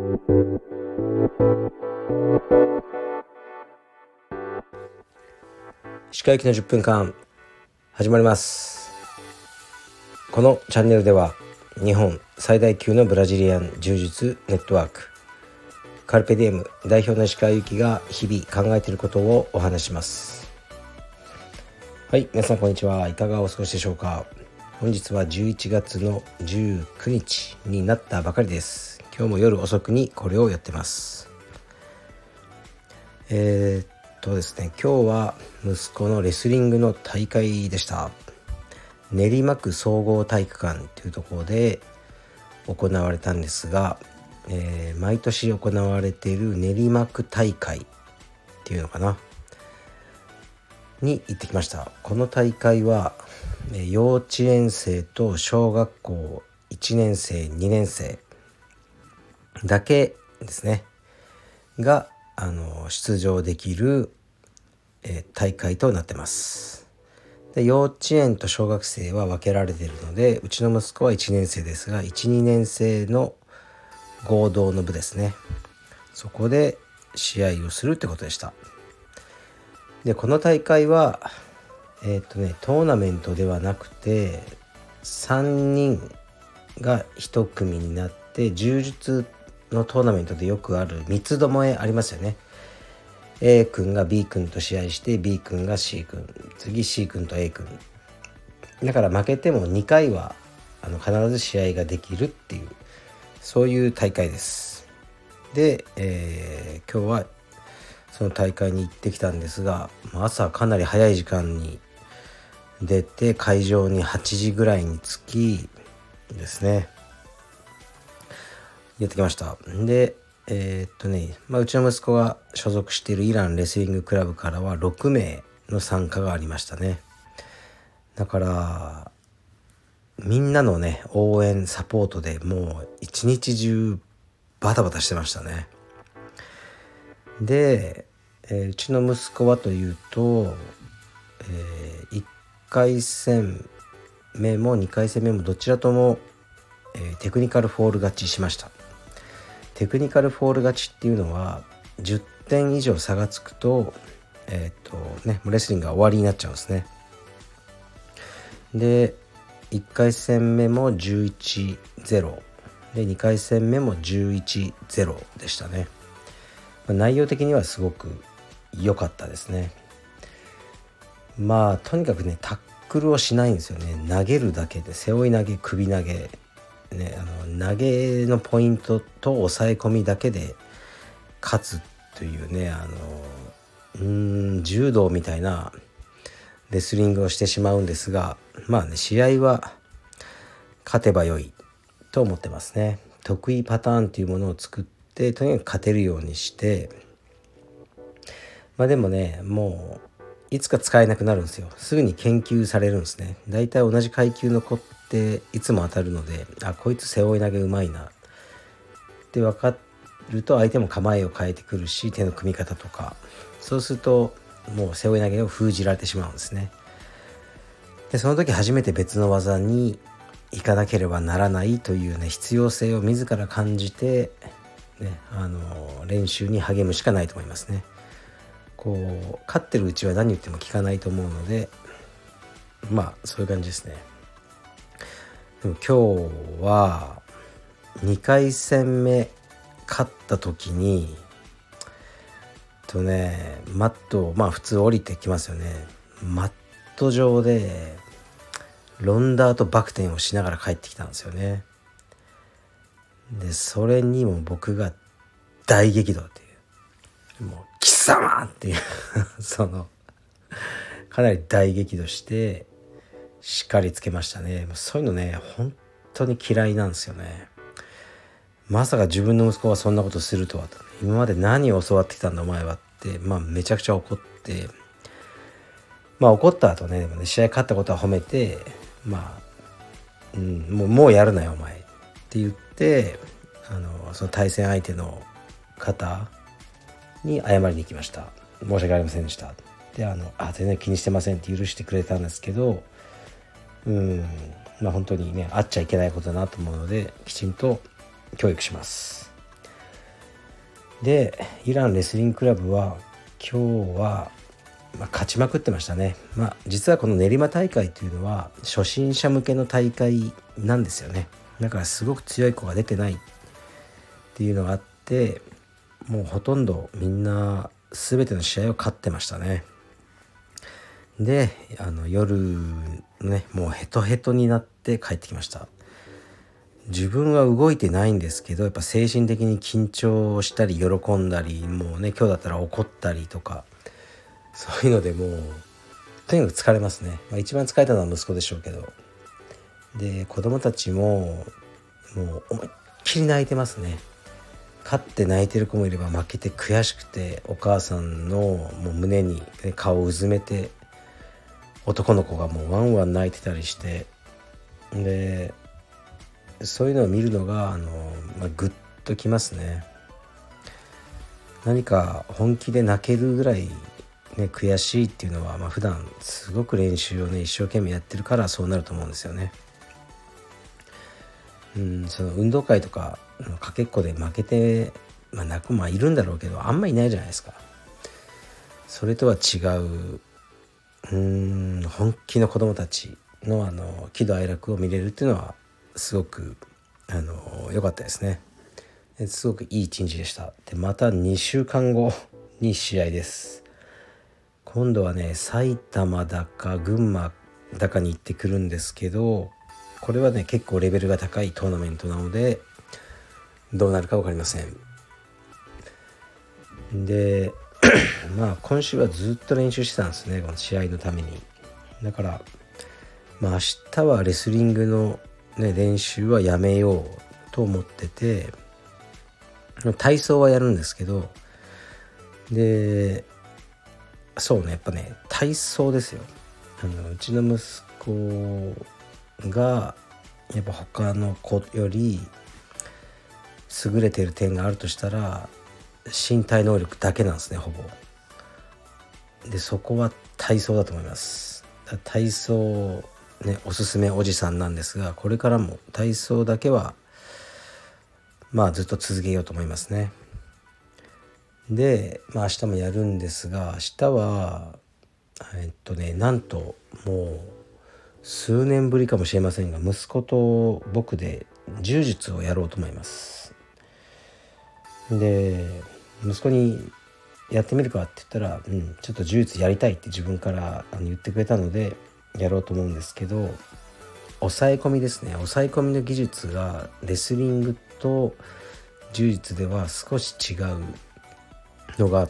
歯科行きの10分間始まります。このチャンネルでは日本最大級のブラジリアン柔術ネットワークカルペディエム代表の石川由紀が日々考えていることをお話します。はい、皆さんこんにちは。いかがお過ごしでしょうか。本日は11月の19日になったばかりです。今日も夜遅くにこれをやってます。ですね、今日は息子のレスリングの大会でした。練馬区総合体育館というところで行われたんですが、毎年行われている練馬区大会っていうのかなに行ってきました。この大会は幼稚園生と小学校1年生2年生だけですねが出場できる、大会となってます。で、幼稚園と小学生は分けられているので、うちの息子は1年生ですが 1,2 年生の合同の部ですね、そこで試合をするってことでした。で、この大会はトーナメントではなくて3人が1組になって柔術のトーナメントでよくある三つどもえありますよね。 A 君が B 君と試合して B 君が C 君、次 C 君と A 君だから負けても2回は必ず試合ができるっていう、そういう大会です。で、今日はその大会に行ってきたんですが、朝かなり早い時間に出て会場に8時ぐらいに着きですねやってきました。でうちの息子が所属しているイランレスリングクラブからは6名の参加がありましたね。だからみんなのね応援サポートでもう一日中バタバタしてましたね。で、うちの息子はというと、1回戦目も2回戦目もどちらとも、テクニカルフォール勝ちしました。テクニカルフォール勝ちっていうのは10点以上差がつくとレスリングが終わりになっちゃうんですね。で、1回戦目も 11-0 で2回戦目も 11-0 でしたね。内容的にはすごく良かったですね。とにかくねタックルをしないんですよね。投げるだけで背負い投げ首投げね、投げのポイントと抑え込みだけで勝つというね柔道みたいなレスリングをしてしまうんですが、試合は勝てば良いと思ってますね。得意パターンというものを作ってとにかく勝てるようにして、でもねもういつか使えなくなるんですよ。すぐに研究されるんですね。だいたい同じ階級の子っていつも当たるので、こいつ背負い投げうまいなって分かると相手も構えを変えてくるし、手の組み方とか、そうするともう背負い投げを封じられてしまうんですね。で、その時初めて別の技に行かなければならないというね必要性を自ら感じて、練習に励むしかないと思いますね。勝ってるうちは何言っても聞かないと思うので、そういう感じですね。でも今日は2回戦目勝った時にマットを普通降りてきますよね。マット上でロンダーとバク転をしながら帰ってきたんですよね。で、それにも僕が大激怒っていう、もう貴様っていうかなり大激怒して叱りつけましたね。そういうのね本当に嫌いなんですよね。まさか自分の息子がそんなことするとはと、今まで何を教わってきたんだお前はって、めちゃくちゃ怒って、怒った後ね、でもね試合勝ったことは褒めて、もうやるなよお前って言って、その対戦相手の方に謝りに行きました。申し訳ありませんでした。で、全然気にしてませんって許してくれたんですけど、本当にねあっちゃいけないことだなと思うので、きちんと教育します。 でイランレスリングクラブは今日は勝ちまくってましたね。実はこの練馬大会というのは初心者向けの大会なんですよね。だからすごく強い子が出てないっていうのがあって、もうほとんどみんな全ての試合を勝ってましたね。で夜ね、もうヘトヘトになって帰ってきました。自分は動いてないんですけど、やっぱ精神的に緊張したり喜んだり、もうね今日だったら怒ったりとか、そういうのでもうとにかく疲れますね。一番疲れたのは息子でしょうけど、で子供たちももう思いっきり泣いてますね。勝って泣いてる子もいれば、負けて悔しくてお母さんのもう胸に、顔をうずめて、男の子がもうワンワン泣いてたりして、でそういうのを見るのがグッときますね。何か本気で泣けるぐらい悔しいっていうのは、普段すごく練習を一生懸命やってるからそうなると思うんですよね。その運動会とかかけっこで負けて、泣くいるんだろうけど、あんまいないじゃないですか。それとは違う本気の子供たちの喜怒哀楽を見れるっていうのはすごく良かったですね。すごくいい一日でした。でまた2週間後に試合です。今度はね埼玉だか群馬だかに行ってくるんですけど、これはね結構レベルが高いトーナメントなのでどうなるか分かりません。で今週はずっと練習してたんですね、この試合のために。だから明日はレスリングの、練習はやめようと思ってて、体操はやるんですけど、でそうね、やっぱね体操ですよ。うちの息子がやっぱ他の子より優れている点があるとしたら身体能力だけなんですね、ほぼ。でそこは体操だと思います。体操ね、おすすめおじさんなんですが、これからも体操だけはずっと続けようと思いますね。で、明日もやるんですが、明日はなんともう数年ぶりかもしれませんが、息子と僕で柔術をやろうと思います。で息子にやってみるかって言ったら、ちょっと柔術やりたいって自分から言ってくれたのでやろうと思うんですけど、抑え込みですね。抑え込みの技術がレスリングと柔術では少し違うのがあって、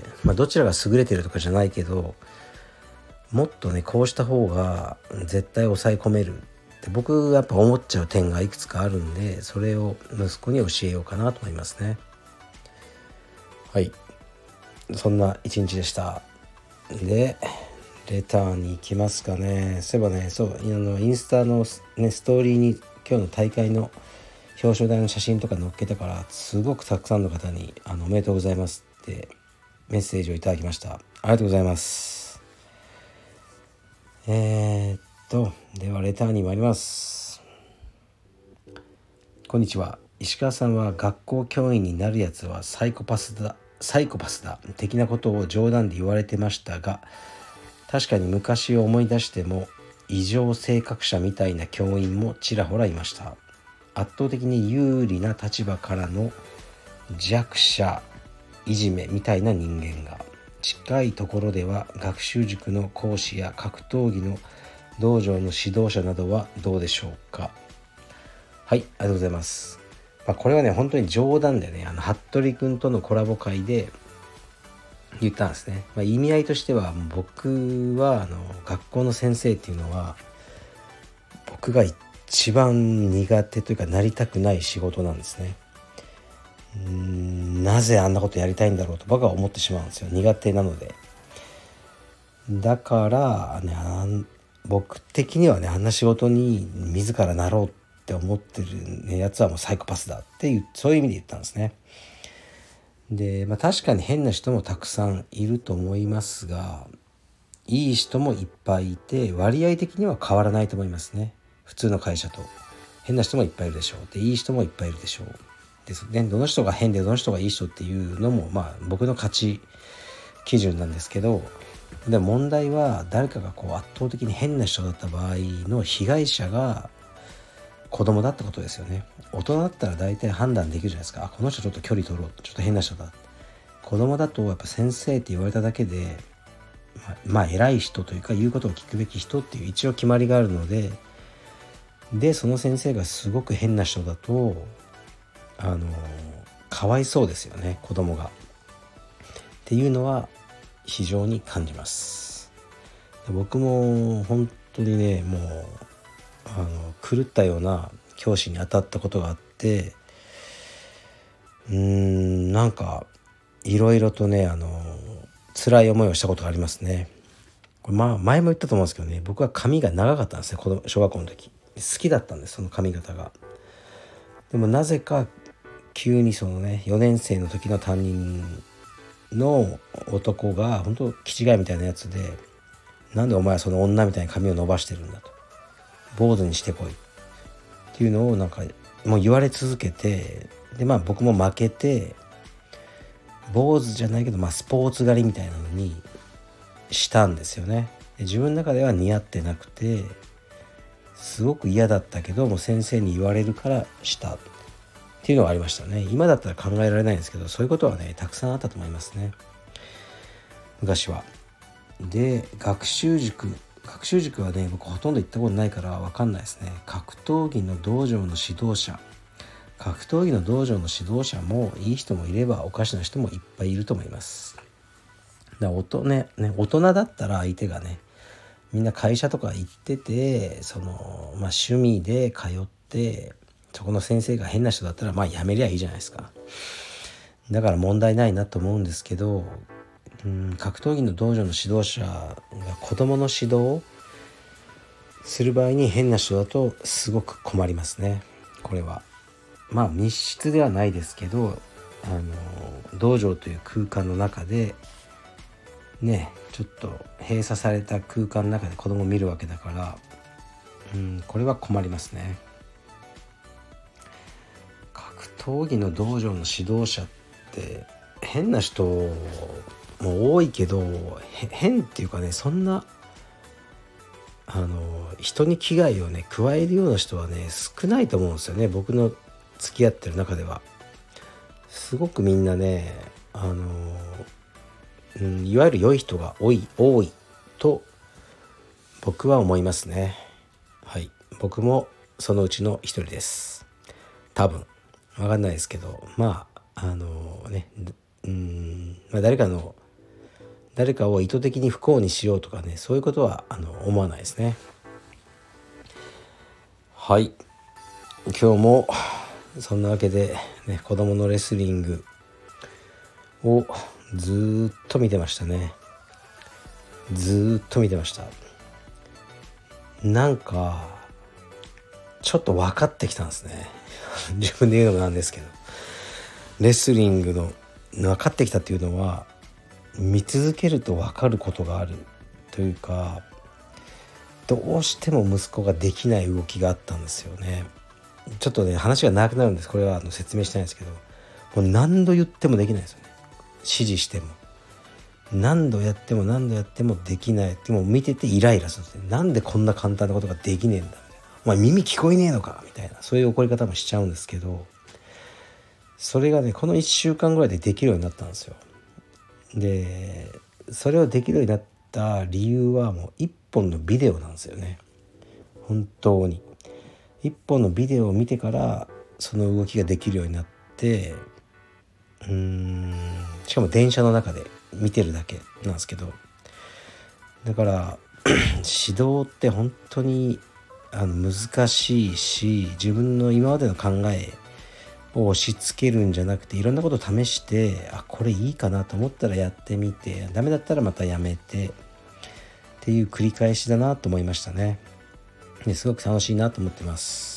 どちらが優れてるとかじゃないけど、もっとねこうした方が絶対抑え込めるって僕がやっぱ思っちゃう点がいくつかあるんで、それを息子に教えようかなと思いますね。はい、そんな一日でした。でレターに行きますかね。そういえばね、インスタの、ストーリーに今日の大会の表彰台の写真とか載っけたから、すごくたくさんの方におめでとうございますってメッセージをいただきました。ありがとうございます。ではレターに参ります。こんにちは。石川さんは学校教員になるやつはサイコパスだ的なことを冗談で言われてましたが、確かに昔を思い出しても異常性格者みたいな教員もちらほらいました。圧倒的に有利な立場からの弱者いじめみたいな人間が、近いところでは学習塾の講師や格闘技の道場の指導者などはどうでしょうか。はい、ありがとうございます。これはね本当に冗談でね、服部君とのコラボ会で言ったんですね。意味合いとしては、僕は学校の先生っていうのは僕が一番苦手というかなりたくない仕事なんですね。なぜあんなことやりたいんだろうと僕は思ってしまうんですよ。苦手なので。だからね、僕的にはね、あんな仕事に自らなろうって思ってる、やつはもうサイコパスだっていう、そういう意味で言ったんですね。で、確かに変な人もたくさんいると思いますが、いい人もいっぱいいて、割合的には変わらないと思いますね。普通の会社と変な人もいっぱいいるでしょう。でいい人もいっぱいいるでしょう。 でどの人が変でどの人がいい人っていうのも僕の価値基準なんですけど、でも問題は誰かが圧倒的に変な人だった場合の被害者が子供だってことですよね。大人だったら大体判断できるじゃないですか。この人ちょっと距離取ろう、ちょっと変な人だ。子供だとやっぱ先生って言われただけで偉い人というか言うことを聞くべき人っていう一応決まりがあるので、その先生がすごく変な人だとかわいそうですよね、子供がっていうのは非常に感じます。僕も本当にねもう狂ったような教師に当たったことがあって、なんかいろいろとね辛い思いをしたことがありますね。これ前も言ったと思うんですけどね、僕は髪が長かったんですね。小学校の時好きだったんです、その髪型が。でもなぜか急にそのね4年生の時の担任の男が本当気違いみたいなやつで、なんでお前はその女みたいに髪を伸ばしてるんだと、坊主にしてこいっていうのをなんかもう言われ続けて、で僕も負けて坊主じゃないけどスポーツ狩りみたいなのにしたんですよね。で自分の中では似合ってなくてすごく嫌だったけども先生に言われるからしたっていうのがありましたね。今だったら考えられないんですけど、そういうことはねたくさんあったと思いますね、昔は。で学習塾はね僕ほとんど行ったことないから分かんないですね。格闘技の道場の指導者もいい人もいればおかしな人もいっぱいいると思います。大人だったら相手がねみんな会社とか行ってて趣味で通ってそこの先生が変な人だったらやめりゃいいじゃないですか。だから問題ないなと思うんですけど、格闘技の道場の指導者が子供の指導をする場合に変な人だとすごく困りますね。これは密室ではないですけど道場という空間の中でねちょっと閉鎖された空間の中で子供を見るわけだから、これは困りますね。格闘技の道場の指導者って変な人も多いけど、変っていうかねそんな人に危害をね加えるような人はね少ないと思うんですよね。僕の付き合ってる中ではすごくみんなねいわゆる良い人が多いと僕は思いますね。はい、僕もそのうちの一人です。多分わかんないですけど誰かを意図的に不幸にしようとかねそういうことは思わないですね。はい、今日もそんなわけで、子供のレスリングをずっと見てましたね。なんかちょっと分かってきたんですね自分で言うのもなんですけど、レスリングの分かってきたっていうのは見続けると分かることがあるというか、どうしても息子ができない動きがあったんですよね。ちょっとね話が長くなるんです。これは説明したいんですけど、もう何度言ってもできないですよね。指示しても何度やってもできない。でも見ててイライラするんですね。なんでこんな簡単なことができねえんだみたいな、お前耳聞こえねえのかみたいな、そういう怒り方もしちゃうんですけど、それがねこの1週間ぐらいでできるようになったんですよ。でそれをできるようになった理由はもう1本のビデオなんですよね。本当に1本のビデオを見てからその動きができるようになって、しかも電車の中で見てるだけなんですけど、だから指導って本当に難しいし、自分の今までの考えを押し付けるんじゃなくていろんなことを試して、これいいかなと思ったらやってみて、ダメだったらまたやめてっていう繰り返しだなと思いましたね。ですごく楽しいなと思ってます。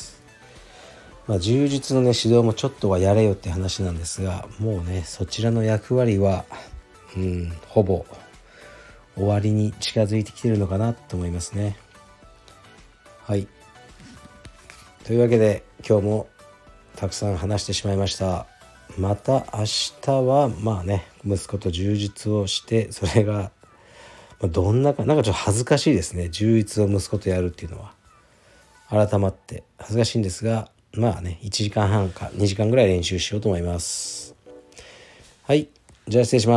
柔術のね指導もちょっとはやれよって話なんですが、もうねそちらの役割はほぼ終わりに近づいてきてるのかなと思いますね。はい、というわけで今日もたくさん話してしまいました。また明日は息子と充実をして、それがどんなかなんかちょっと恥ずかしいですね。充実を息子とやるっていうのは改まって恥ずかしいんですが、1時間半か2時間ぐらい練習しようと思います。はい、じゃあ失礼します。